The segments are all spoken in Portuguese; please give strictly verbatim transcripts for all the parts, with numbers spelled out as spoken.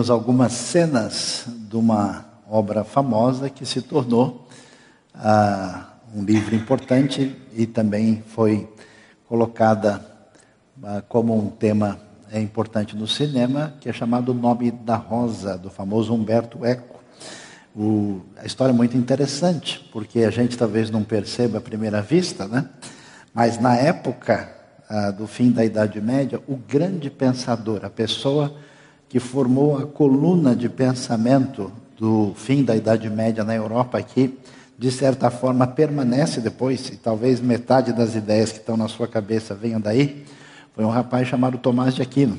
vemos algumas cenas de uma obra famosa que se tornou ah, um livro importante e também foi colocada ah, como um tema é, importante no cinema, que é chamado O Nome da Rosa, do famoso Umberto Eco. O, a história é muito interessante, porque a gente talvez não perceba à primeira vista, né? Mas na época ah, do fim da Idade Média, o grande pensador, a pessoa que formou a coluna de pensamento do fim da Idade Média na Europa, que de certa forma permanece depois, e talvez metade das ideias que estão na sua cabeça venham daí, foi um rapaz chamado Tomás de Aquino.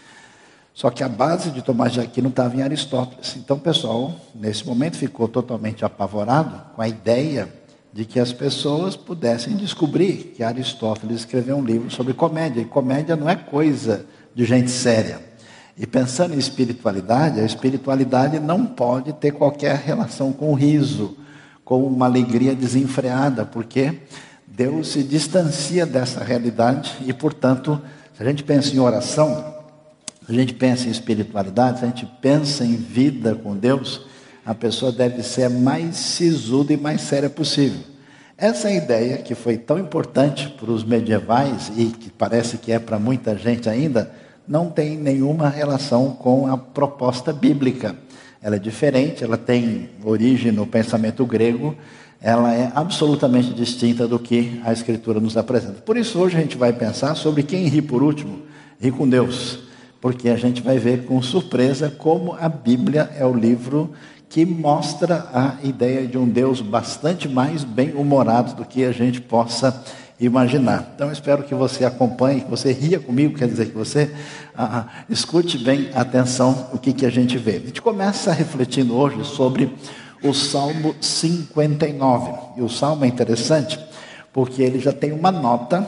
Só que a base de Tomás de Aquino estava em Aristóteles. Então o pessoal, nesse momento, ficou totalmente apavorado com a ideia de que as pessoas pudessem descobrir que Aristóteles escreveu um livro sobre comédia. E comédia não é coisa de gente séria. E pensando em espiritualidade, a espiritualidade não pode ter qualquer relação com o riso, com uma alegria desenfreada, porque Deus se distancia dessa realidade e, portanto, se a gente pensa em oração, se a gente pensa em espiritualidade, se a gente pensa em vida com Deus, a pessoa deve ser a mais sisuda e mais séria possível. Essa ideia que foi tão importante para os medievais e que parece que é para muita gente ainda, não tem nenhuma relação com a proposta bíblica. Ela é diferente, ela tem origem no pensamento grego, ela é absolutamente distinta do que a Escritura nos apresenta. Por isso hoje a gente vai pensar sobre quem ri por último, ri com Deus, porque a gente vai ver com surpresa como a Bíblia é o livro que mostra a ideia de um Deus bastante mais bem-humorado do que a gente possa imaginar. Então eu espero que você acompanhe, que você ria comigo, quer dizer que você ah, escute bem, atenção, o que, que a gente vê. A gente começa refletindo hoje sobre o Salmo cinquenta e nove. E o Salmo é interessante porque ele já tem uma nota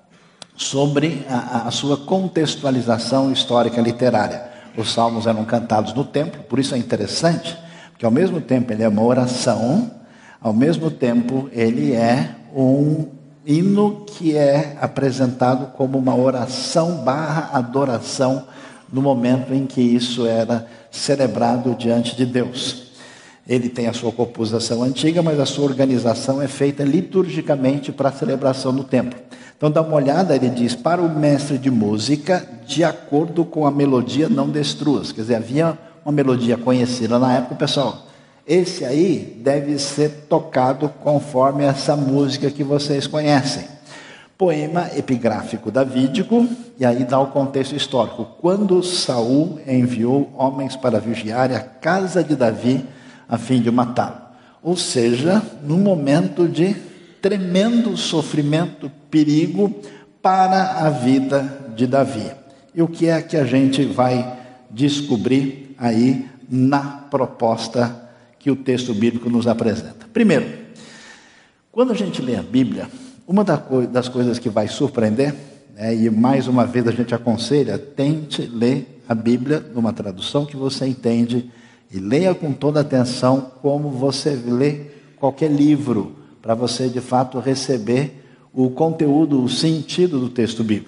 sobre a, a sua contextualização histórica literária. Os salmos eram cantados no templo, por isso é interessante, porque ao mesmo tempo ele é uma oração, ao mesmo tempo ele é um hino que é apresentado como uma oração barra adoração no momento em que isso era celebrado diante de Deus. Ele tem a sua composição antiga, mas a sua organização é feita liturgicamente para a celebração no templo. Então dá uma olhada, ele diz, para o mestre de música, de acordo com a melodia não destruas. Quer dizer, havia uma melodia conhecida na época, pessoal, esse aí deve ser tocado conforme essa música que vocês conhecem. Poema epigráfico davídico, e aí dá o contexto histórico. Quando Saul enviou homens para vigiar a casa de Davi, a fim de matá-lo. Ou seja, num momento de tremendo sofrimento, perigo para a vida de Davi. E o que é que a gente vai descobrir aí na proposta que o texto bíblico nos apresenta? Primeiro, quando a gente lê a Bíblia, uma das coisas que vai surpreender, né, e mais uma vez a gente aconselha, tente ler a Bíblia numa tradução que você entende e leia com toda atenção como você lê qualquer livro, para você de fato receber o conteúdo, o sentido do texto bíblico.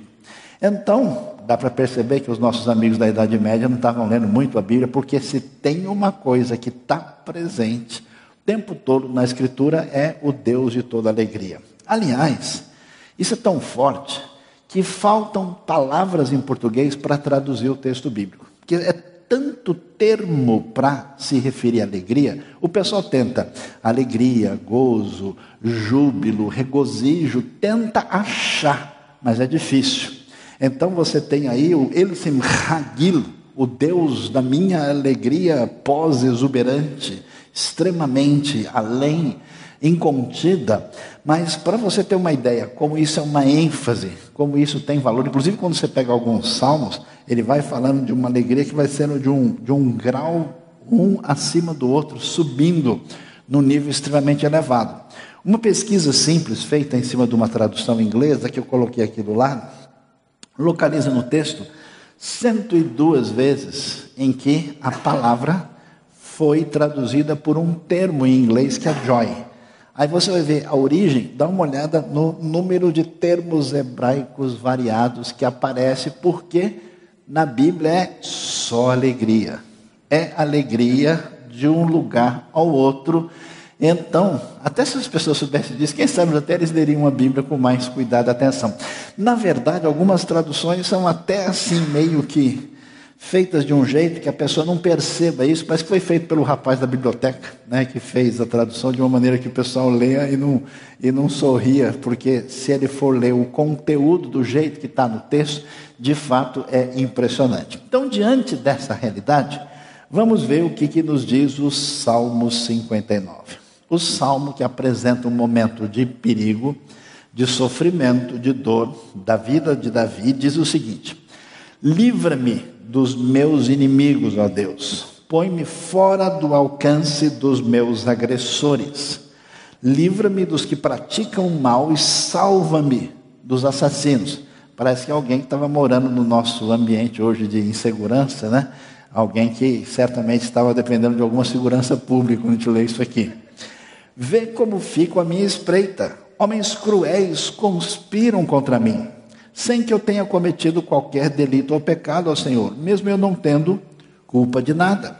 Então, dá para perceber que os nossos amigos da Idade Média não estavam lendo muito a Bíblia, porque se tem uma coisa que está presente o tempo todo na Escritura é o Deus de toda alegria. Aliás, isso é tão forte que faltam palavras em português para traduzir o texto bíblico. Porque é tanto termo para se referir à alegria, o pessoal tenta alegria, gozo, júbilo, regozijo, tenta achar, mas é difícil. Então você tem aí o Elsim Hagil, o Deus da minha alegria pós-exuberante, extremamente além, incontida. Mas para você ter uma ideia, como isso é uma ênfase, como isso tem valor, inclusive quando você pega alguns salmos, ele vai falando de uma alegria que vai sendo de um, de um grau, um acima do outro, subindo num nível extremamente elevado. Uma pesquisa simples, feita em cima de uma tradução inglesa, que eu coloquei aqui do lado, localiza no texto cento e duas vezes em que a palavra foi traduzida por um termo em inglês que é joy. Aí você vai ver a origem, dá uma olhada no número de termos hebraicos variados que aparece, porque na Bíblia é só alegria. é alegria de um lugar ao outro. Então, até se as pessoas soubessem disso, quem sabe até eles leriam a Bíblia com mais cuidado e atenção. Na verdade, algumas traduções são até assim, meio que feitas de um jeito que a pessoa não perceba isso. Parece que foi feito pelo rapaz da biblioteca, né, que fez a tradução de uma maneira que o pessoal leia e não, e não sorria, porque se ele for ler o conteúdo do jeito que está no texto, de fato é impressionante. Então, diante dessa realidade, vamos ver o que, que nos diz o Salmo cinquenta e nove. O Salmo que apresenta um momento de perigo, de sofrimento, de dor da vida de Davi, diz o seguinte: livra-me dos meus inimigos, ó Deus, põe-me fora do alcance dos meus agressores, livra-me dos que praticam mal e salva-me dos assassinos. Parece que é alguém que estava morando no nosso ambiente hoje de insegurança, né? Alguém que certamente estava dependendo de alguma segurança pública quando a gente lê isso aqui. Vê como fico a minha espreita. Homens cruéis conspiram contra mim, sem que eu tenha cometido qualquer delito ou pecado ao Senhor, mesmo eu não tendo culpa de nada.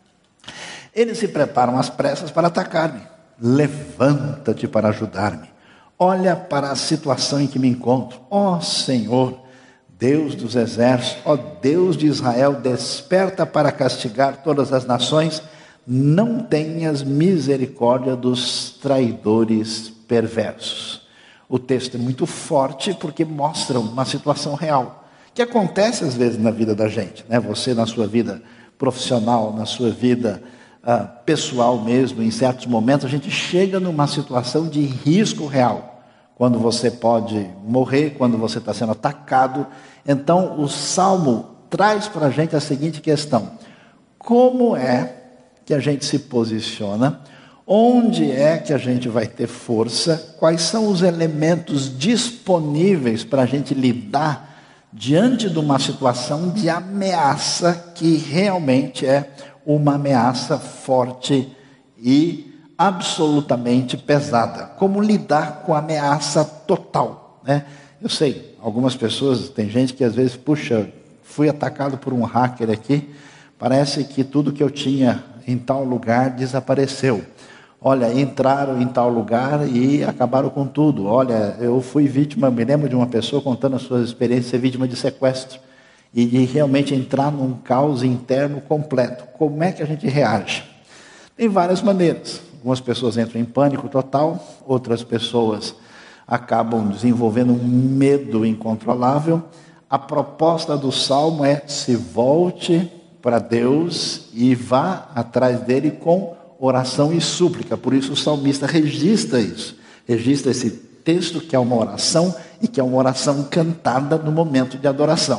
Eles se preparam às pressas para atacar-me. Levanta-te para ajudar-me. Olha para a situação em que me encontro. Ó Senhor, Deus dos exércitos, ó Deus de Israel, desperta para castigar todas as nações. Não tenhas misericórdia dos traidores perversos. O texto é muito forte porque mostra uma situação real, que acontece às vezes na vida da gente, né? Você na sua vida profissional, na sua vida uh, pessoal mesmo, em certos momentos a gente chega numa situação de risco real, quando você pode morrer, quando você está sendo atacado. Então o Salmo traz para a gente a seguinte questão: como é que a gente se posiciona? Onde é que a gente vai ter força? Quais são os elementos disponíveis para a gente lidar diante de uma situação de ameaça que realmente é uma ameaça forte e absolutamente pesada? Como lidar com a ameaça total, né? Eu sei, algumas pessoas, tem gente que às vezes, puxa, fui atacado por um hacker aqui, parece que tudo que eu tinha em tal lugar desapareceu. Olha, entraram em tal lugar e acabaram com tudo. Olha, eu fui vítima, me lembro de uma pessoa contando as suas experiências de ser vítima de sequestro e de realmente entrar num caos interno completo. Como é que a gente reage? Tem várias maneiras. Algumas pessoas entram em pânico total, outras pessoas acabam desenvolvendo um medo incontrolável. A proposta do Salmo é: se volte para Deus e vá atrás dele com oração e súplica. Por isso o salmista registra isso, registra esse texto que é uma oração e que é uma oração cantada no momento de adoração.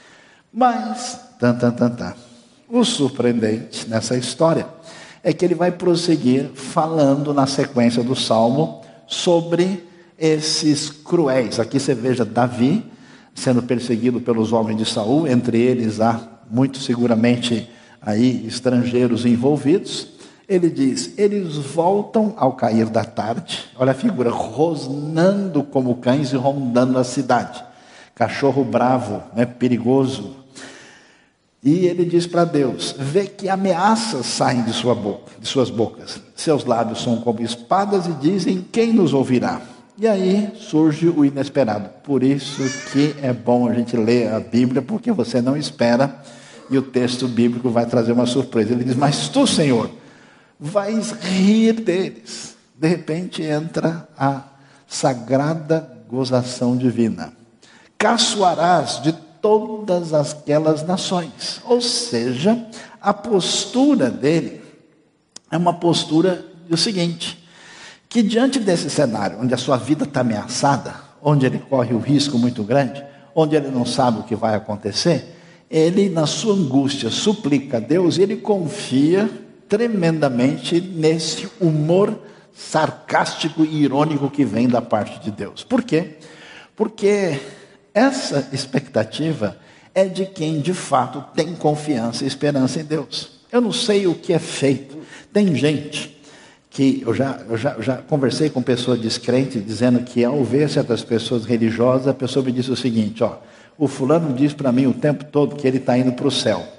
Mas, tan, tan, tan, tan, o surpreendente nessa história é que ele vai prosseguir falando na sequência do Salmo sobre esses cruéis. Aqui você veja Davi sendo perseguido pelos homens de Saul, entre eles há muito seguramente aí estrangeiros envolvidos. Ele diz: eles voltam ao cair da tarde, olha a figura, rosnando como cães e rondando a cidade. Cachorro bravo, né, perigoso. E ele diz para Deus: vê que ameaças saem de sua boca, de suas bocas. Seus lábios são como espadas e dizem: quem nos ouvirá? E aí surge o inesperado. Por isso que é bom a gente ler a Bíblia, porque você não espera e o texto bíblico vai trazer uma surpresa. Ele diz: mas tu, Senhor, vais rir deles. De repente entra a sagrada gozação divina. Caçoarás de todas aquelas nações. Ou seja, a postura dele é uma postura do seguinte: que diante desse cenário, onde a sua vida está ameaçada, onde ele corre o risco muito grande, onde ele não sabe o que vai acontecer, ele, na sua angústia, suplica a Deus e ele confia tremendamente nesse humor sarcástico e irônico que vem da parte de Deus. Por quê? Porque essa expectativa é de quem de fato tem confiança e esperança em Deus. Eu não sei o que é feito. Tem gente que eu já, eu já, eu já conversei com pessoas descrentes dizendo que ao ver certas pessoas religiosas, a pessoa me disse o seguinte: ó, o fulano diz para mim o tempo todo que ele está indo para o céu.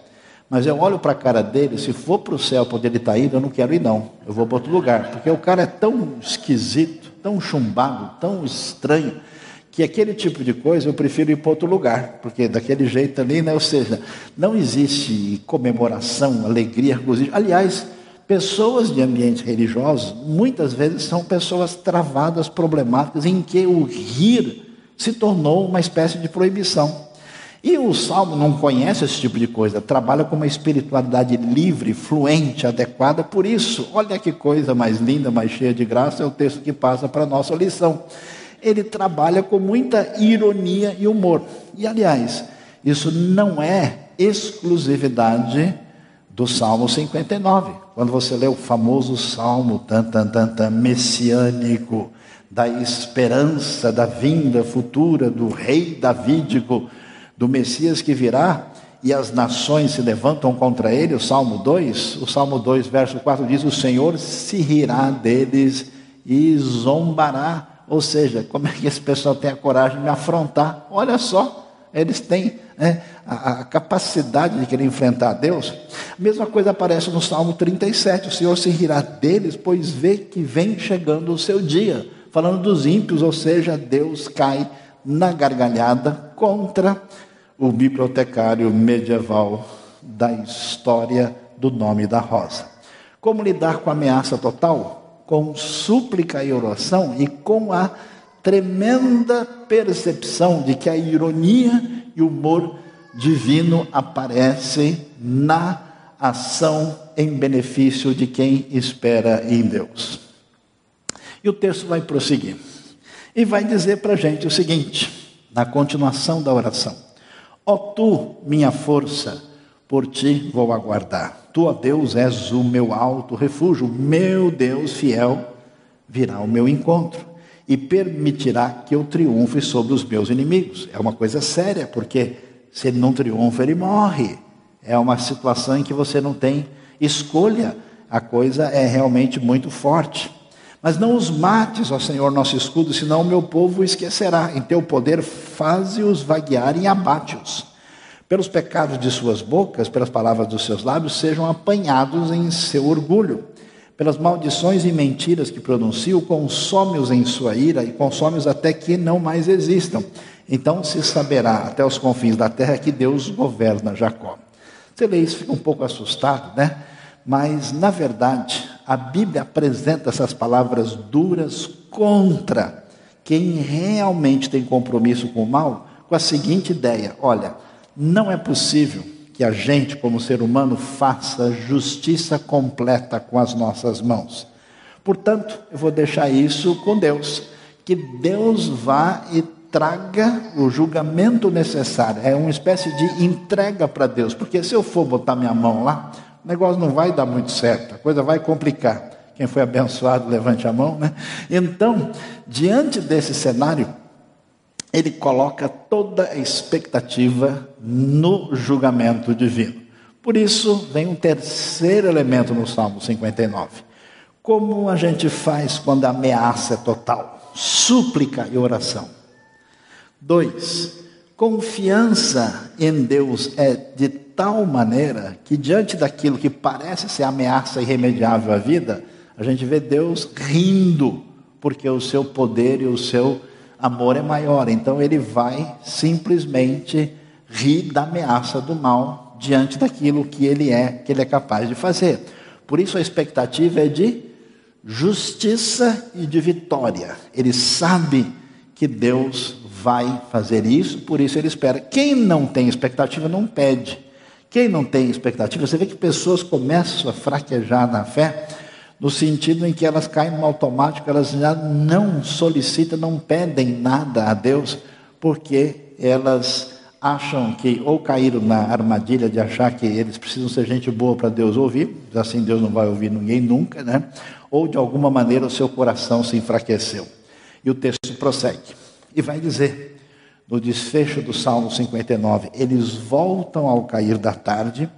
Mas eu olho para a cara dele, se for para o céu para onde ele está indo, eu não quero ir não, eu vou para outro lugar, porque o cara é tão esquisito, tão chumbado, tão estranho, que aquele tipo de coisa eu prefiro ir para outro lugar, porque daquele jeito ali, né? Ou seja, não existe comemoração, alegria, regozijo. Aliás, pessoas de ambientes religiosos, muitas vezes são pessoas travadas, problemáticas, em que o rir se tornou uma espécie de proibição. E o Salmo não conhece esse tipo de coisa, trabalha com uma espiritualidade livre, fluente, adequada. Por isso, olha que coisa mais linda, mais cheia de graça, é o texto que passa para a nossa lição. Ele trabalha com muita ironia e humor. E, aliás, isso não é exclusividade do Salmo cinquenta e nove. Quando você lê o famoso Salmo tan, tan, tan, tan, messiânico, da esperança da vinda futura do rei davídico, do Messias que virá, e as nações se levantam contra ele, o Salmo dois, o Salmo dois, verso quatro diz, o Senhor se rirá deles e zombará. Ou seja, como é que esse pessoal tem a coragem de me afrontar? Olha só, eles têm né, a, a capacidade de querer enfrentar Deus. A mesma coisa aparece no Salmo trinta e sete, o Senhor se rirá deles, pois vê que vem chegando o seu dia. Falando dos ímpios, ou seja, Deus cai na gargalhada contra o bibliotecário medieval da história do nome da rosa. Como lidar com a ameaça total? Com súplica e oração e com a tremenda percepção de que a ironia e o humor divino aparecem na ação em benefício de quem espera em Deus. E o texto vai prosseguir e vai dizer para a gente o seguinte, na continuação da oração: ó tu, minha força, por ti vou aguardar. Tu, ó Deus, és o meu alto refúgio. Meu Deus fiel virá ao meu encontro e permitirá que eu triunfe sobre os meus inimigos. É uma coisa séria, porque se ele não triunfa, ele morre. É uma situação em que você não tem escolha. A coisa é realmente muito forte. Mas não os mates, ó Senhor, nosso escudo, senão o meu povo o esquecerá. Em teu poder faze-os vaguear e abate-os. Pelos pecados de suas bocas, pelas palavras dos seus lábios, sejam apanhados em seu orgulho. Pelas maldições e mentiras que pronunciam, consome-os em sua ira e consome-os até que não mais existam. Então se saberá até os confins da terra que Deus governa Jacó. Você lê isso, fica um pouco assustado, né? Mas, na verdade, a Bíblia apresenta essas palavras duras contra quem realmente tem compromisso com o mal, com a seguinte ideia: olha, não é possível que a gente, como ser humano, faça justiça completa com as nossas mãos. Portanto, eu vou deixar isso com Deus, que Deus vá e traga o julgamento necessário. É uma espécie de entrega para Deus, porque se eu for botar minha mão lá, o negócio não vai dar muito certo, a coisa vai complicar. Quem foi abençoado, levante a mão, né? Então, diante desse cenário, ele coloca toda a expectativa no julgamento divino. Por isso, vem um terceiro elemento no Salmo cinquenta e nove. Como a gente faz quando a ameaça é total? Súplica e oração. Dois, confiança em Deus é de tal maneira que diante daquilo que parece ser ameaça irremediável à vida, a gente vê Deus rindo, porque o seu poder e o seu amor é maior. Então ele vai simplesmente rir da ameaça do mal diante daquilo que ele é, que ele é capaz de fazer. Por isso a expectativa é de justiça e de vitória. Ele sabe que Deus vai fazer isso, por isso ele espera. Quem não tem expectativa não pede. Quem não tem expectativa, você vê que pessoas começam a fraquejar na fé, no sentido em que elas caem no automático, elas já não solicitam, não pedem nada a Deus, porque elas acham que, ou caíram na armadilha de achar que eles precisam ser gente boa para Deus ouvir, assim Deus não vai ouvir ninguém nunca, né? Ou de alguma maneira o seu coração se enfraqueceu. E o texto prossegue, e vai dizer, no desfecho do Salmo cinquenta e nove, eles voltam ao cair da tarde,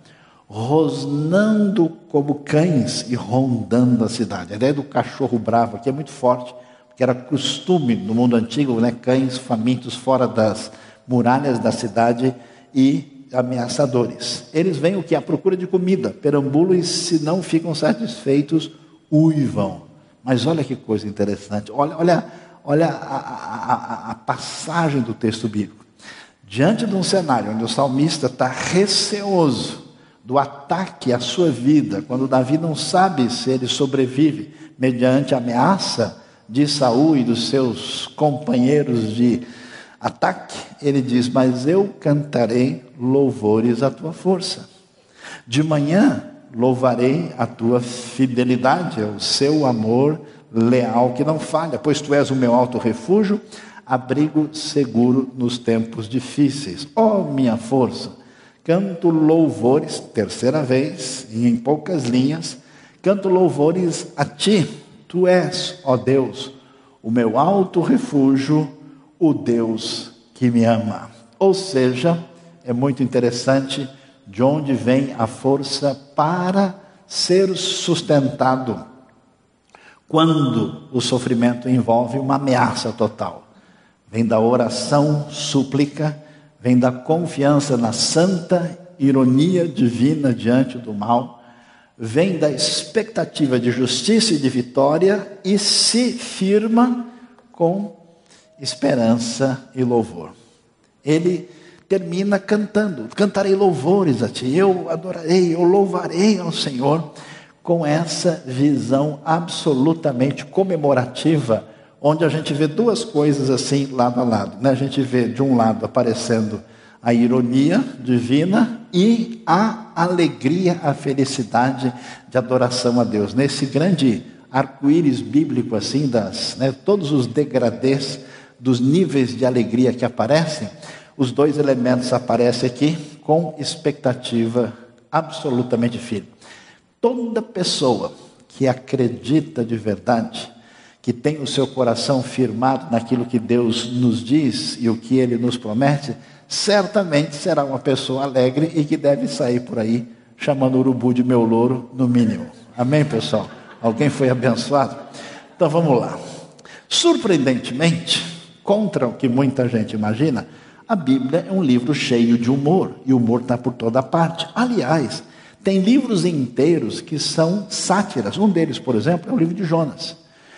rosnando como cães e rondando a cidade. A ideia do cachorro bravo aqui é muito forte, porque era costume no mundo antigo, né? Cães famintos fora das muralhas da cidade e ameaçadores. Eles vêm o que? À procura de comida, perambulam e se não ficam satisfeitos, uivam. Mas olha que coisa interessante, olha, olha, olha a, a, a, a passagem do texto bíblico. Diante de um cenário onde o salmista está receoso do ataque à sua vida, quando Davi não sabe se ele sobrevive mediante a ameaça de Saul e dos seus companheiros de ataque, ele diz: mas eu cantarei louvores à tua força. De manhã louvarei a tua fidelidade, o seu amor leal que não falha, pois tu és o meu alto refúgio, abrigo seguro nos tempos difíceis. Ó minha força, canto louvores, terceira vez, e em poucas linhas, canto louvores a ti. Tu és, ó Deus, o meu alto refúgio, o Deus que me ama. Ou seja, é muito interessante de onde vem a força para ser sustentado quando o sofrimento envolve uma ameaça total. Vem da oração, súplica, vem da confiança na santa ironia divina diante do mal, vem da expectativa de justiça e de vitória e se firma com esperança e louvor. Ele termina cantando: cantarei louvores a ti, eu adorarei, eu louvarei ao Senhor, com essa visão absolutamente comemorativa, onde a gente vê duas coisas assim lado a lado, né? A gente vê de um lado aparecendo a ironia divina e a alegria, a felicidade de adoração a Deus. Nesse grande arco-íris bíblico assim, das, né, todos os degradês dos níveis de alegria que aparecem, os dois elementos aparecem aqui com expectativa absolutamente firme. Toda pessoa que acredita de verdade, que tem o seu coração firmado naquilo que Deus nos diz e o que Ele nos promete, certamente será uma pessoa alegre e que deve sair por aí chamando o urubu de meu louro, no mínimo. Amém, pessoal? Alguém foi abençoado? Então vamos lá. Surpreendentemente, contra o que muita gente imagina, a Bíblia é um livro cheio de humor, e o humor está por toda parte. Aliás, tem livros inteiros que são sátiras. Um deles, por exemplo, é o livro de Jonas.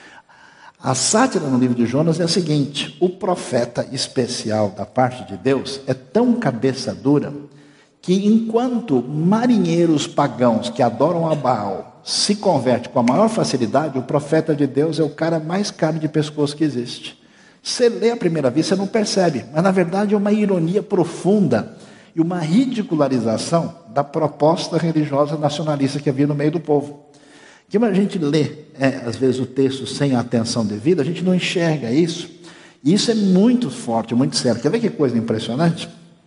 A sátira no livro de Jonas é a seguinte: o profeta especial da parte de Deus é tão cabeça dura que enquanto marinheiros pagãos que adoram a Baal se convertem com a maior facilidade, o profeta de Deus é o cara mais caro de pescoço que existe. Você lê à primeira vista, você não percebe, mas na verdade é uma ironia profunda e uma ridicularização da proposta religiosa nacionalista que havia no meio do povo. Que a gente lê, é, às vezes, o texto sem a atenção devida, a gente não enxerga isso. E isso é muito forte, muito sério. Quer ver que coisa impressionante?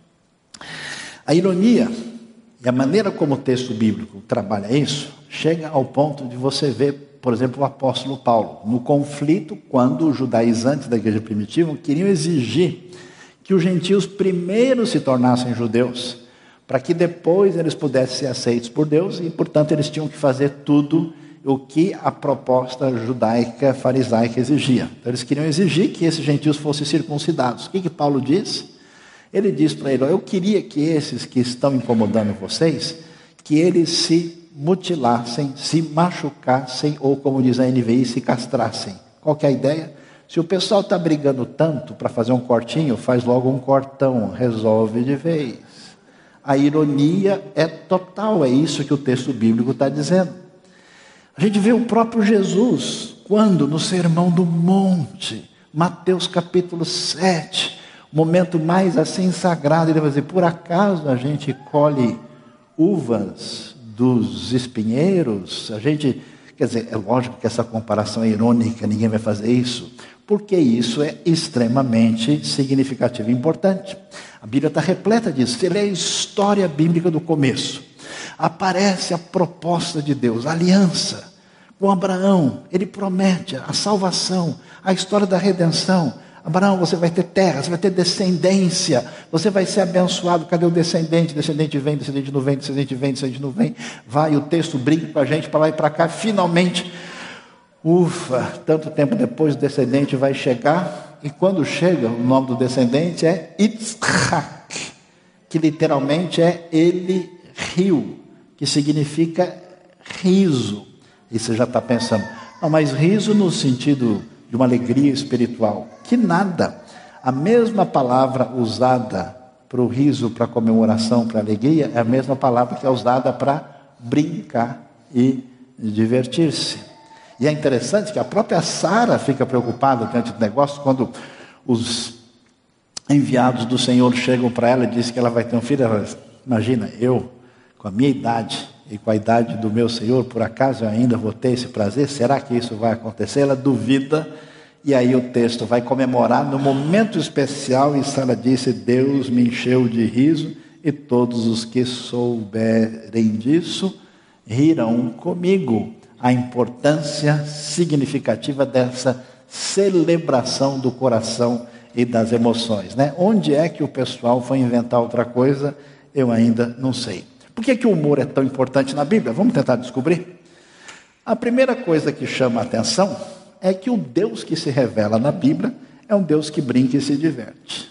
A ironia e a maneira como o texto bíblico trabalha isso, chega ao ponto de você ver, por exemplo, o apóstolo Paulo, no conflito, quando os judaizantes da igreja primitiva queriam exigir que os gentios primeiro se tornassem judeus, para que depois eles pudessem ser aceitos por Deus, e, portanto, eles tinham que fazer tudo o que a proposta judaica farisaica exigia. Então eles queriam exigir que esses gentios fossem circuncidados. O que que Paulo diz? Ele diz para ele: eu queria que esses que estão incomodando vocês, que eles se mutilassem, se machucassem, ou como diz a N V I, se castrassem. Qual que é a ideia? Se o pessoal está brigando tanto para fazer um cortinho, faz logo um cortão, resolve de vez. A ironia é total, é isso que o texto bíblico está dizendo. A gente vê o próprio Jesus, quando no Sermão do Monte, Mateus capítulo sete, o momento mais assim sagrado, ele vai dizer: por acaso a gente colhe uvas dos espinheiros? A gente, quer dizer, é lógico que essa comparação é irônica, ninguém vai fazer isso, porque isso é extremamente significativo e importante. A Bíblia está repleta disso. Você lê a história bíblica do começo, aparece a proposta de Deus, a aliança com Abraão. Ele promete a salvação, a história da redenção. Abraão, você vai ter terra, você vai ter descendência, você vai ser abençoado. Cadê o descendente? Descendente vem, descendente não vem, descendente vem, descendente não vem. Vai, o texto brinca com a gente para lá e para cá. Finalmente, ufa, tanto tempo depois o descendente vai chegar. E quando chega, o nome do descendente é Yitzhak, que literalmente é ele riu, que significa riso. E você já está pensando, não, mas riso no sentido de uma alegria espiritual. Que nada. A mesma palavra usada para o riso, para a comemoração, para a alegria, é a mesma palavra que é usada para brincar e divertir-se. E é interessante que a própria Sara fica preocupada diante do negócio quando os enviados do Senhor chegam para ela e dizem que ela vai ter um filho. Ela diz, imagina, eu, com a minha idade e com a idade do meu Senhor, por acaso eu ainda vou ter esse prazer? Será que isso vai acontecer? Ela duvida, e aí o texto vai comemorar no momento especial, e Sara disse, Deus me encheu de riso, e todos os que souberem disso, rirão comigo. A importância significativa dessa celebração do coração e das emoções, né? Onde é que o pessoal foi inventar outra coisa? Eu ainda não sei. Por que que o humor é tão importante na Bíblia? Vamos tentar descobrir? A primeira coisa que chama a atenção é que o Deus que se revela na Bíblia é um Deus que brinca e se diverte.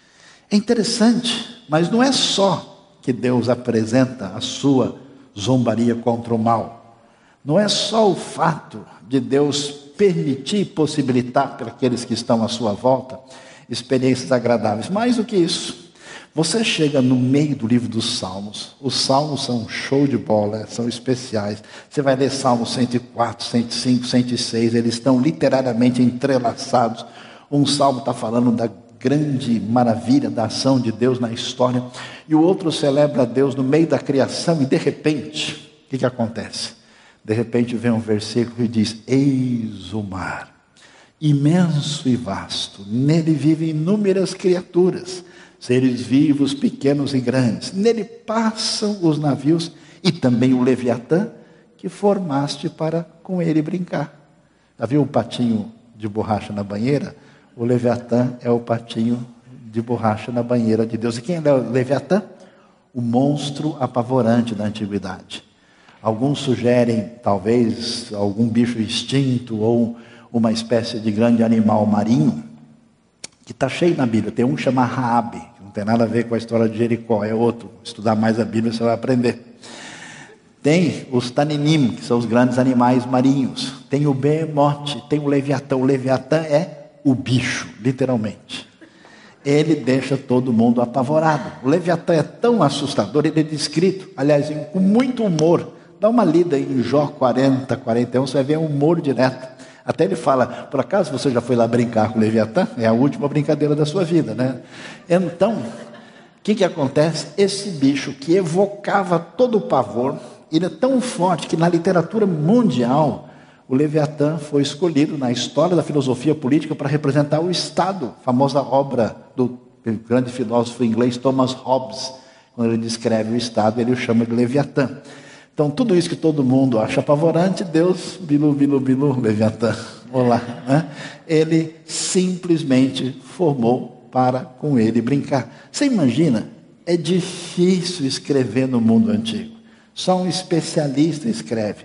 É interessante, mas não é só que Deus apresenta a sua zombaria contra o mal. Não é só o fato de Deus permitir e possibilitar para aqueles que estão à sua volta experiências agradáveis. Mais do que isso, você chega no meio do livro dos Salmos. Os Salmos são um show de bola, são especiais. Você vai ler Salmos cento e quatro, cento e cinco, cento e seis, eles estão literariamente entrelaçados. Um salmo está falando da grande maravilha da ação de Deus na história, e o outro celebra Deus no meio da criação, e de repente, o que, que acontece? De repente vem um versículo e diz, eis o mar, imenso e vasto, nele vivem inúmeras criaturas, seres vivos, pequenos e grandes, nele passam os navios, e também o Leviatã, que formaste para com ele brincar. Já viu o patinho de borracha na banheira? O Leviatã é o patinho de borracha na banheira de Deus. E quem é o Leviatã? O monstro apavorante da antiguidade. Alguns sugerem, talvez, algum bicho extinto ou uma espécie de grande animal marinho, que está cheio na Bíblia. Tem um que chama Raabe, que não tem nada a ver com a história de Jericó, é outro. Estudar mais a Bíblia você vai aprender. Tem os Taninim, que são os grandes animais marinhos. Tem o Behemote, tem o Leviatã. O Leviatã é o bicho, literalmente. Ele deixa todo mundo apavorado. O Leviatã é tão assustador, ele é descrito, aliás, com muito humor. Dá uma lida em Jó quarenta, quarenta e um, você vai ver um humor direto. Até ele fala, por acaso você já foi lá brincar com o Leviatã? É a última brincadeira da sua vida, né? Então, o que que acontece? Esse bicho que evocava todo o pavor, ele é tão forte que na literatura mundial, o Leviatã foi escolhido na história da filosofia política para representar o Estado, a famosa obra do grande filósofo inglês Thomas Hobbes. Quando ele descreve o Estado, ele o chama de Leviatã. Então, tudo isso que todo mundo acha apavorante, Deus, bilu, bilu, bilu, Leviatã, olá, né? Ele simplesmente formou para com ele brincar. Você imagina? É difícil escrever no mundo antigo. Só um especialista escreve.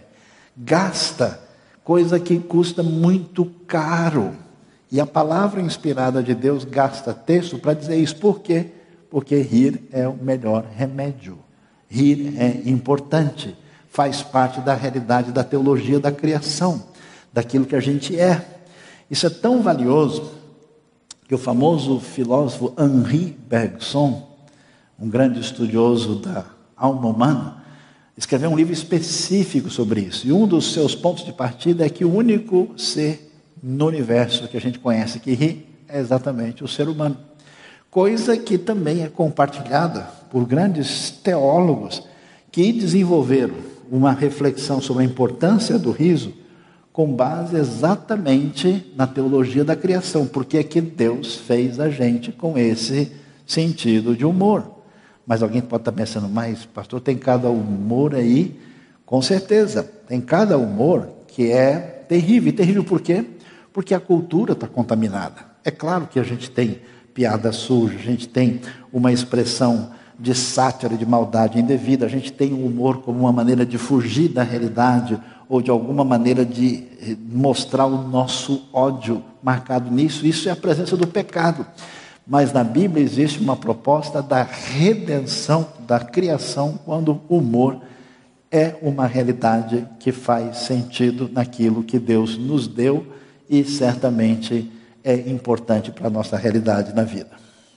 Gasta coisa que custa muito caro. E a palavra inspirada de Deus gasta texto para dizer isso. Por quê? Porque rir é o melhor remédio. Rir é importante. Faz parte da realidade da teologia da criação, daquilo que a gente é. Isso é tão valioso que o famoso filósofo Henri Bergson, um grande estudioso da alma humana, escreveu um livro específico sobre isso. E um dos seus pontos de partida é que o único ser no universo que a gente conhece que ri é exatamente o ser humano. Coisa que também é compartilhada por grandes teólogos que desenvolveram uma reflexão sobre a importância do riso com base exatamente na teologia da criação. Porque é que Deus fez a gente com esse sentido de humor. Mas alguém pode estar pensando, mas pastor, tem cada humor aí? Com certeza, tem cada humor que é terrível. E terrível por quê? Porque a cultura está contaminada. É claro que a gente tem piada suja, a gente tem uma expressão de sátira, de maldade indevida, a gente tem o humor como uma maneira de fugir da realidade ou de alguma maneira de mostrar o nosso ódio marcado nisso. Isso é a presença do pecado. Mas na Bíblia existe uma proposta da redenção, da criação, quando o humor é uma realidade que faz sentido naquilo que Deus nos deu e certamente é importante para a nossa realidade na vida.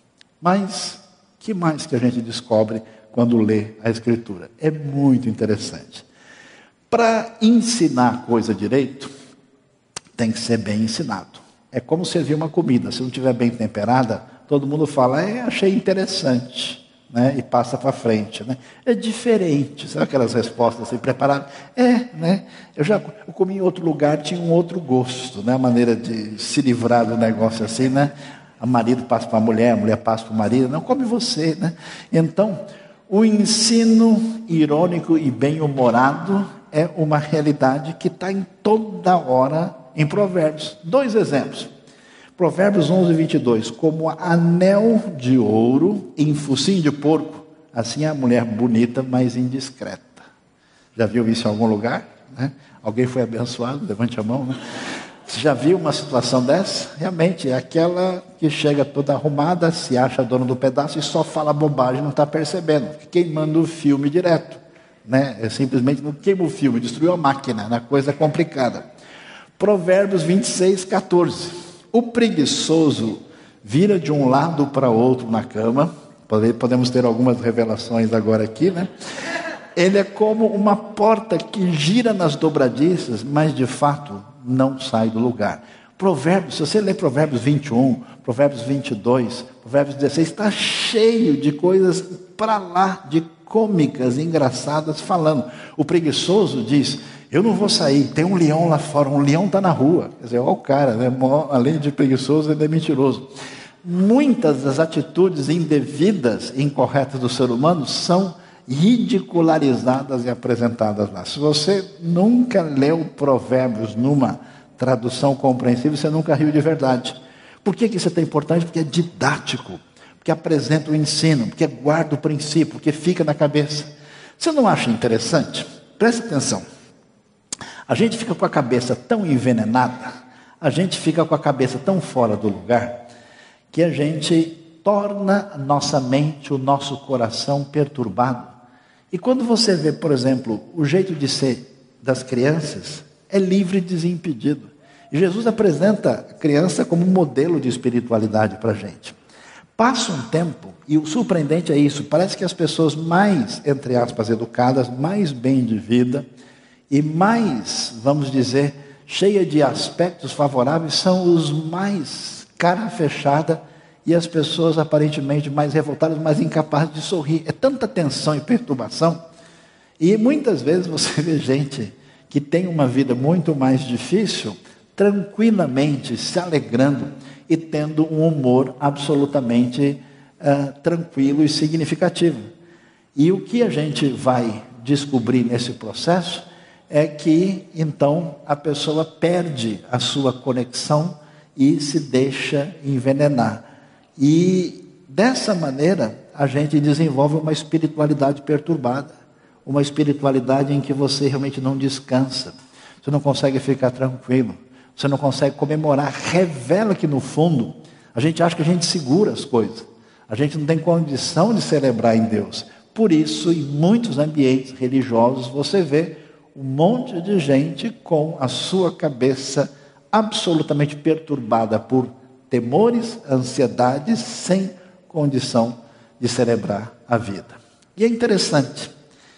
Mas o que mais que a gente descobre quando lê a Escritura? É muito interessante. Para ensinar coisa direito, tem que ser bem ensinado. É como servir uma comida. Se não estiver bem temperada, todo mundo fala, é, achei interessante, né? E passa para frente, né? É diferente. Sabe aquelas respostas assim preparadas? É, né? Eu já eu comi em outro lugar, tinha um outro gosto, né? A maneira de se livrar do negócio assim, né? O marido passa para a mulher, a mulher passa para o marido. Não, come você, né? Então, o ensino irônico e bem-humorado é uma realidade que está em toda hora em Provérbios. Dois exemplos. Provérbios onze, vinte e dois. Como anel de ouro em focinho de porco, assim é a mulher bonita, mas indiscreta. Já viu isso em algum lugar? Né? Alguém foi abençoado? Levante a mão. Né? Você já viu uma situação dessa? Realmente, é aquela que chega toda arrumada, se acha dona do pedaço e só fala bobagem, não está percebendo. Queimando o filme direto. Né? É simplesmente não queima o filme, destruiu a máquina, né? Coisa complicada. Provérbios vinte e seis, quatorze. O preguiçoso vira de um lado para outro na cama. Podemos ter algumas revelações agora aqui, né? Ele é como uma porta que gira nas dobradiças, mas de fato não sai do lugar. Provérbios, se você ler Provérbios vinte e um, Provérbios vinte e dois, Provérbios dezesseis, está cheio de coisas para lá, de cômicas, engraçadas, falando. O preguiçoso diz, eu não vou sair, tem um leão lá fora, um leão está na rua. Quer dizer, olha o cara, né? Além de preguiçoso, ele é mentiroso. Muitas das atitudes indevidas e incorretas do ser humano são ridicularizadas e apresentadas lá. Se você nunca leu Provérbios numa tradução compreensível, você nunca riu de verdade. Por que que isso é tão importante? Porque é didático, porque apresenta o ensino, porque guarda o princípio, porque fica na cabeça. Você não acha interessante? Preste atenção. A gente fica com a cabeça tão envenenada, a gente fica com a cabeça tão fora do lugar, que a gente torna a nossa mente, o nosso coração perturbado. E quando você vê, por exemplo, o jeito de ser das crianças, é livre e desimpedido. E Jesus apresenta a criança como um modelo de espiritualidade para a gente. Passa um tempo, e o surpreendente é isso, parece que as pessoas mais, entre aspas, educadas, mais bem de vida, e mais, vamos dizer, cheia de aspectos favoráveis, são os mais cara fechada e as pessoas aparentemente mais revoltadas, mais incapazes de sorrir. É tanta tensão e perturbação. E muitas vezes você vê gente que tem uma vida muito mais difícil, tranquilamente se alegrando e tendo um humor absolutamente uh, tranquilo e significativo. E o que a gente vai descobrir nesse processo é que, então, a pessoa perde a sua conexão e se deixa envenenar. E, dessa maneira, a gente desenvolve uma espiritualidade perturbada. Uma espiritualidade em que você realmente não descansa. Você não consegue ficar tranquilo. Você não consegue comemorar. Revela que, no fundo, a gente acha que a gente segura as coisas. A gente não tem condição de celebrar em Deus. Por isso, em muitos ambientes religiosos, você vê um monte de gente com a sua cabeça absolutamente perturbada por temores, ansiedades, sem condição de celebrar a vida. E é interessante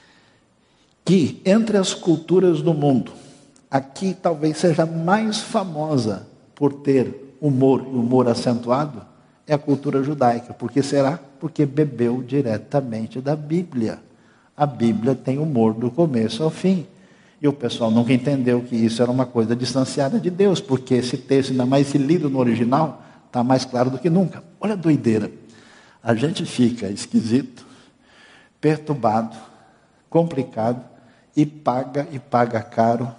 que entre as culturas do mundo, aqui talvez seja mais famosa por ter humor e humor acentuado, é a cultura judaica. Por que será? Porque bebeu diretamente da Bíblia. A Bíblia tem humor do começo ao fim. E o pessoal nunca entendeu que isso era uma coisa distanciada de Deus, porque esse texto, ainda mais se lido no original, está mais claro do que nunca. Olha a doideira. A gente fica esquisito, perturbado, complicado, e paga e paga caro,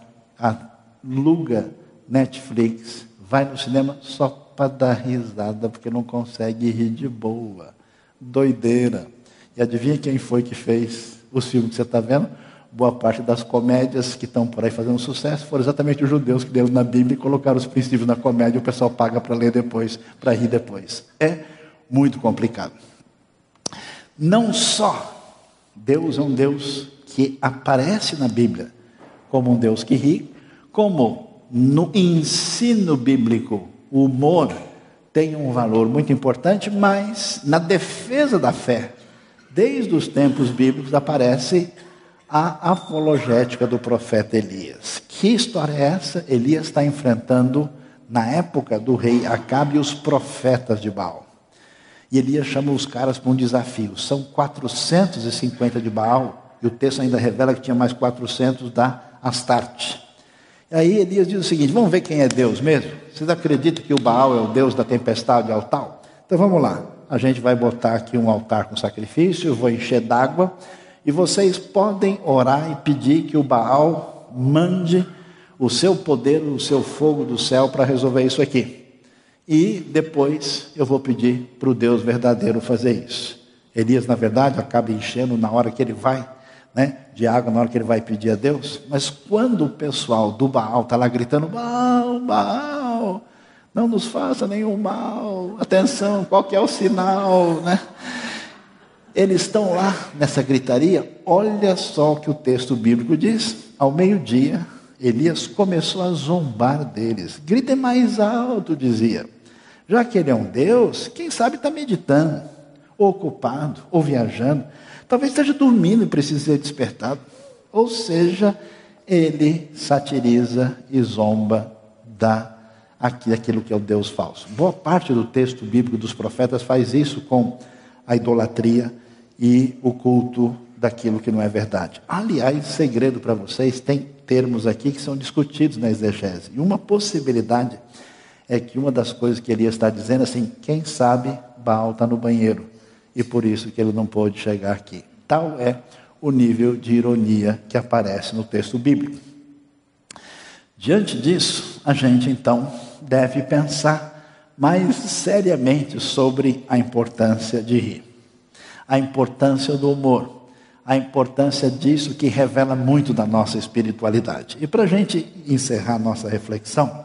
aluga Netflix, vai no cinema só para dar risada, porque não consegue rir de boa. Doideira. E adivinha quem foi que fez os filmes que você está vendo? Boa parte das comédias que estão por aí fazendo sucesso foram exatamente os judeus que leram na Bíblia e colocaram os princípios na comédia, e o pessoal paga para ler depois, para rir depois. É muito complicado. Não só Deus é um Deus que aparece na Bíblia como um Deus que ri, como no ensino bíblico o humor tem um valor muito importante, mas na defesa da fé, desde os tempos bíblicos, aparece a apologética do profeta Elias. Que história é essa? Elias está enfrentando, na época do rei Acabe, os profetas de Baal. E Elias chama os caras para um desafio. São quatrocentos e cinquenta de Baal, e o texto ainda revela que tinha mais quatrocentos da Astarte. E aí Elias diz o seguinte: vamos ver quem é Deus mesmo? Vocês acreditam que o Baal é o Deus da tempestade ao tal? Então vamos lá, a gente vai botar aqui um altar com sacrifício, eu vou encher d'água, e vocês podem orar e pedir que o Baal mande o seu poder, o seu fogo do céu para resolver isso aqui. E depois eu vou pedir para o Deus verdadeiro fazer isso. Elias, na verdade, acaba enchendo na hora que ele vai, né, de água, na hora que ele vai pedir a Deus. Mas quando o pessoal do Baal está lá gritando: Baal, Baal, não nos faça nenhum mal, atenção, qual que é o sinal, né? Eles estão lá nessa gritaria. Olha só o que o texto bíblico diz. Ao meio-dia, Elias começou a zombar deles. Gritem mais alto, dizia. Já que ele é um Deus, quem sabe está meditando, ou ocupado, ou viajando. Talvez esteja dormindo e precise ser despertado. Ou seja, ele satiriza e zomba da, daquilo que é o Deus falso. Boa parte do texto bíblico dos profetas faz isso com a idolatria e o culto daquilo que não é verdade. Aliás, segredo para vocês, tem termos aqui que são discutidos na exegese. E uma possibilidade é que uma das coisas que Elias está dizendo assim: quem sabe Baal está no banheiro, e por isso que ele não pôde chegar aqui. Tal é o nível de ironia que aparece no texto bíblico. Diante disso, a gente então deve pensar mais seriamente sobre a importância de rir, a importância do humor, a importância disso que revela muito da nossa espiritualidade. E para a gente encerrar a nossa reflexão,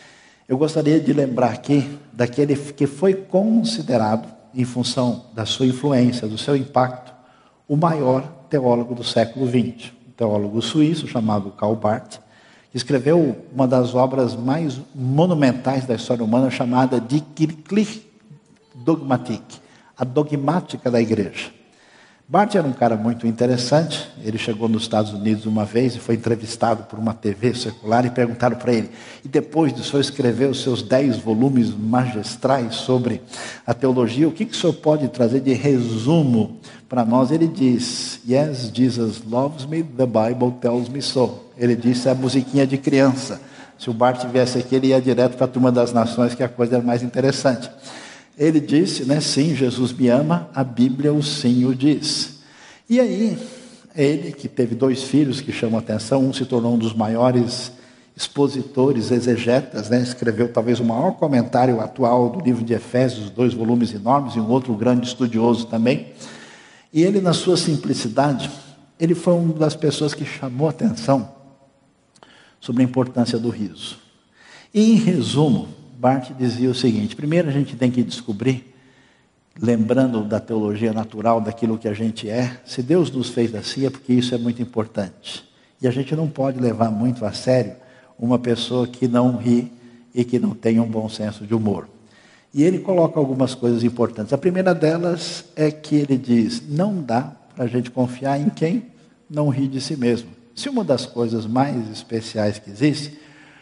eu gostaria de lembrar aqui daquele que foi considerado, em função da sua influência, do seu impacto, o maior teólogo do século vinte, um teólogo suíço chamado Karl Barth, que escreveu uma das obras mais monumentais da história humana, chamada Die Kirchliche Dogmatik, a dogmática da igreja. Barth era um cara muito interessante. Ele chegou nos Estados Unidos uma vez e foi entrevistado por uma T V secular e perguntaram para ele: e depois de o senhor escrever os seus dez volumes magistrais sobre a teologia, o que, que o senhor pode trazer de resumo para nós? Ele diz: Yes, Jesus loves me, the Bible tells me so. Ele disse: é a musiquinha de criança. Se o Barth viesse aqui, ele ia direto para a Turma das Nações, que a coisa era mais interessante. Ele disse, né, sim, Jesus me ama, a Bíblia o sim o diz. E aí, ele que teve dois filhos que chamam a atenção, um se tornou um dos maiores expositores, exegetas, né, escreveu talvez o maior comentário atual do livro de Efésios, dois volumes enormes, e um outro grande estudioso também. E ele, na sua simplicidade, ele foi uma das pessoas que chamou a atenção sobre a importância do riso. E, em resumo, Barth dizia o seguinte: primeiro a gente tem que descobrir, lembrando da teologia natural, daquilo que a gente é, se Deus nos fez assim é porque isso é muito importante. E a gente não pode levar muito a sério uma pessoa que não ri e que não tem um bom senso de humor. E ele coloca algumas coisas importantes. A primeira delas é que ele diz: não dá para a gente confiar em quem não ri de si mesmo. Se uma das coisas mais especiais que existe,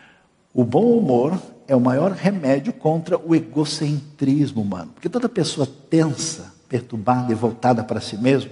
o bom humor é o maior remédio contra o egocentrismo humano. Porque toda pessoa tensa, perturbada e voltada para si mesmo,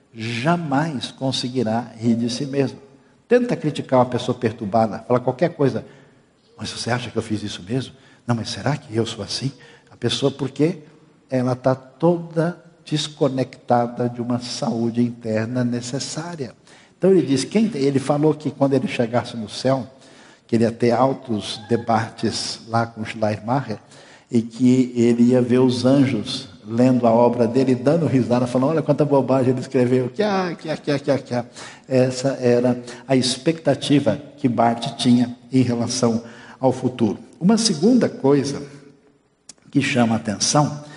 jamais conseguirá rir de si mesmo. Tenta criticar uma pessoa perturbada, fala qualquer coisa: mas você acha que eu fiz isso mesmo? Não, mas será que eu sou assim? A pessoa, porque ela está toda desconectada de uma saúde interna necessária. Então ele diz, quem, ele falou que quando ele chegasse no céu, que ele ia ter altos debates lá com Schleiermacher, e que ele ia ver os anjos lendo a obra dele, dando risada, falando: olha quanta bobagem ele escreveu, que ah, que ah, que ah, que ah, que ah. Essa era a expectativa que Barth tinha em relação ao futuro. Uma segunda coisa que chama a atenção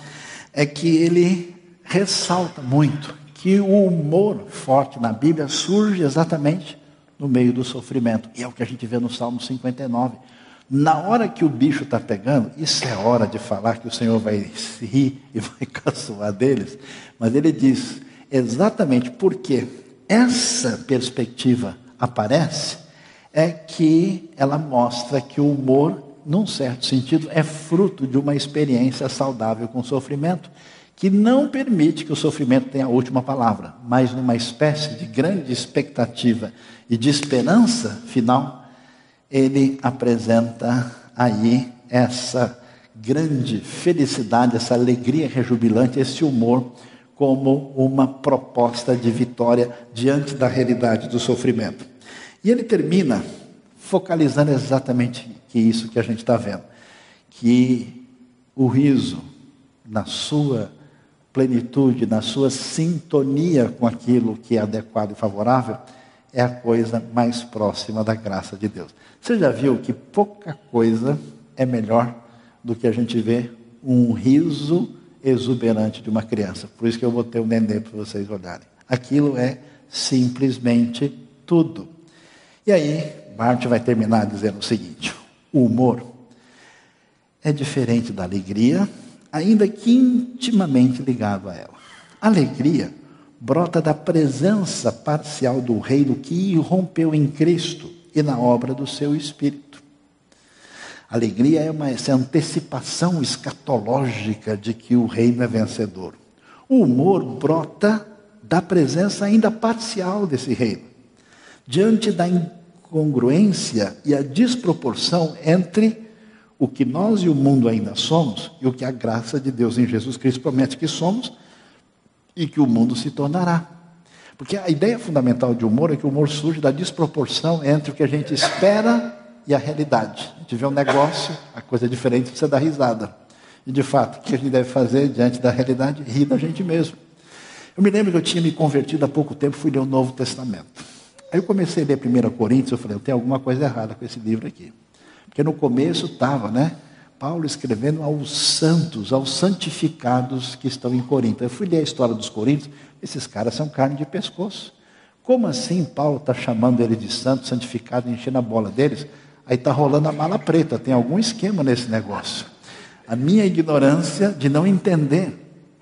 é que ele ressalta muito que o humor forte na Bíblia surge exatamente no meio do sofrimento. E é o que a gente vê no Salmo cinquenta e nove. Na hora que o bicho está pegando, isso é hora de falar que o Senhor vai se rir e vai caçoar deles. Mas ele diz, exatamente porque essa perspectiva aparece, é que ela mostra que o humor, num certo sentido, é fruto de uma experiência saudável com o sofrimento, que não permite que o sofrimento tenha a última palavra, mas numa espécie de grande expectativa e de esperança final, ele apresenta aí essa grande felicidade, essa alegria rejubilante, esse humor como uma proposta de vitória diante da realidade do sofrimento. E ele termina focalizando exatamente que isso que a gente está vendo, que o riso, na sua plenitude, na sua sintonia com aquilo que é adequado e favorável, é a coisa mais próxima da graça de Deus. Você já viu que pouca coisa é melhor do que a gente ver um riso exuberante de uma criança? Por isso que eu botei o neném para vocês olharem. Aquilo é simplesmente tudo. E aí, Barth vai terminar dizendo o seguinte: o humor é diferente da alegria, ainda que intimamente ligado a ela. A alegria brota da presença parcial do reino que irrompeu em Cristo e na obra do seu Espírito. A alegria é uma, essa antecipação escatológica de que o reino é vencedor. O humor brota da presença ainda parcial desse reino, diante da incongruência e a desproporção entre o que nós e o mundo ainda somos e o que a graça de Deus em Jesus Cristo promete que somos e que o mundo se tornará. Porque a ideia fundamental de humor é que o humor surge da desproporção entre o que a gente espera e a realidade. A gente vê um negócio, a coisa é diferente, você dá risada. E de fato, o que a gente deve fazer diante da realidade? Rir da gente mesmo. Eu me lembro que eu tinha me convertido há pouco tempo, fui ler o Novo Testamento. Aí eu comecei a ler primeira Coríntios, eu falei, eu tenho alguma coisa errada com esse livro aqui. Porque no começo estava, né? Paulo escrevendo aos santos, aos santificados que estão em Corinto. Eu fui ler a história dos coríntios, esses caras são carne de pescoço. Como assim Paulo está chamando ele de santo, santificado, enchendo a bola deles? Aí está rolando a mala preta, tem algum esquema nesse negócio. A minha ignorância de não entender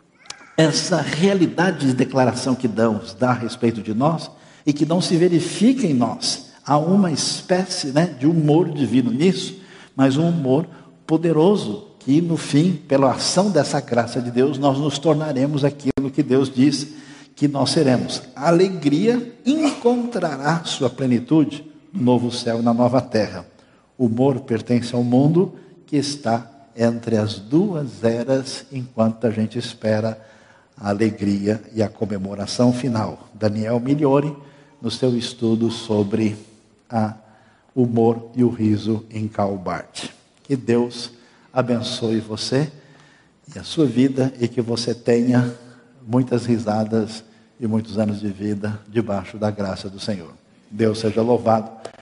essa realidade de declaração que Deus dá a respeito de nós e que não se verifica em nós. Há uma espécie, né, de humor divino nisso, mas um humor poderoso, que no fim, pela ação dessa graça de Deus, nós nos tornaremos aquilo que Deus diz que nós seremos. A alegria encontrará sua plenitude no novo céu e na nova terra. O humor pertence ao mundo que está entre as duas eras, enquanto a gente espera a alegria e a comemoração final. Daniel Migliori, no seu estudo sobre a humor e o riso em Karl Barth. Que Deus abençoe você e a sua vida e que você tenha muitas risadas e muitos anos de vida debaixo da graça do Senhor. Deus seja louvado.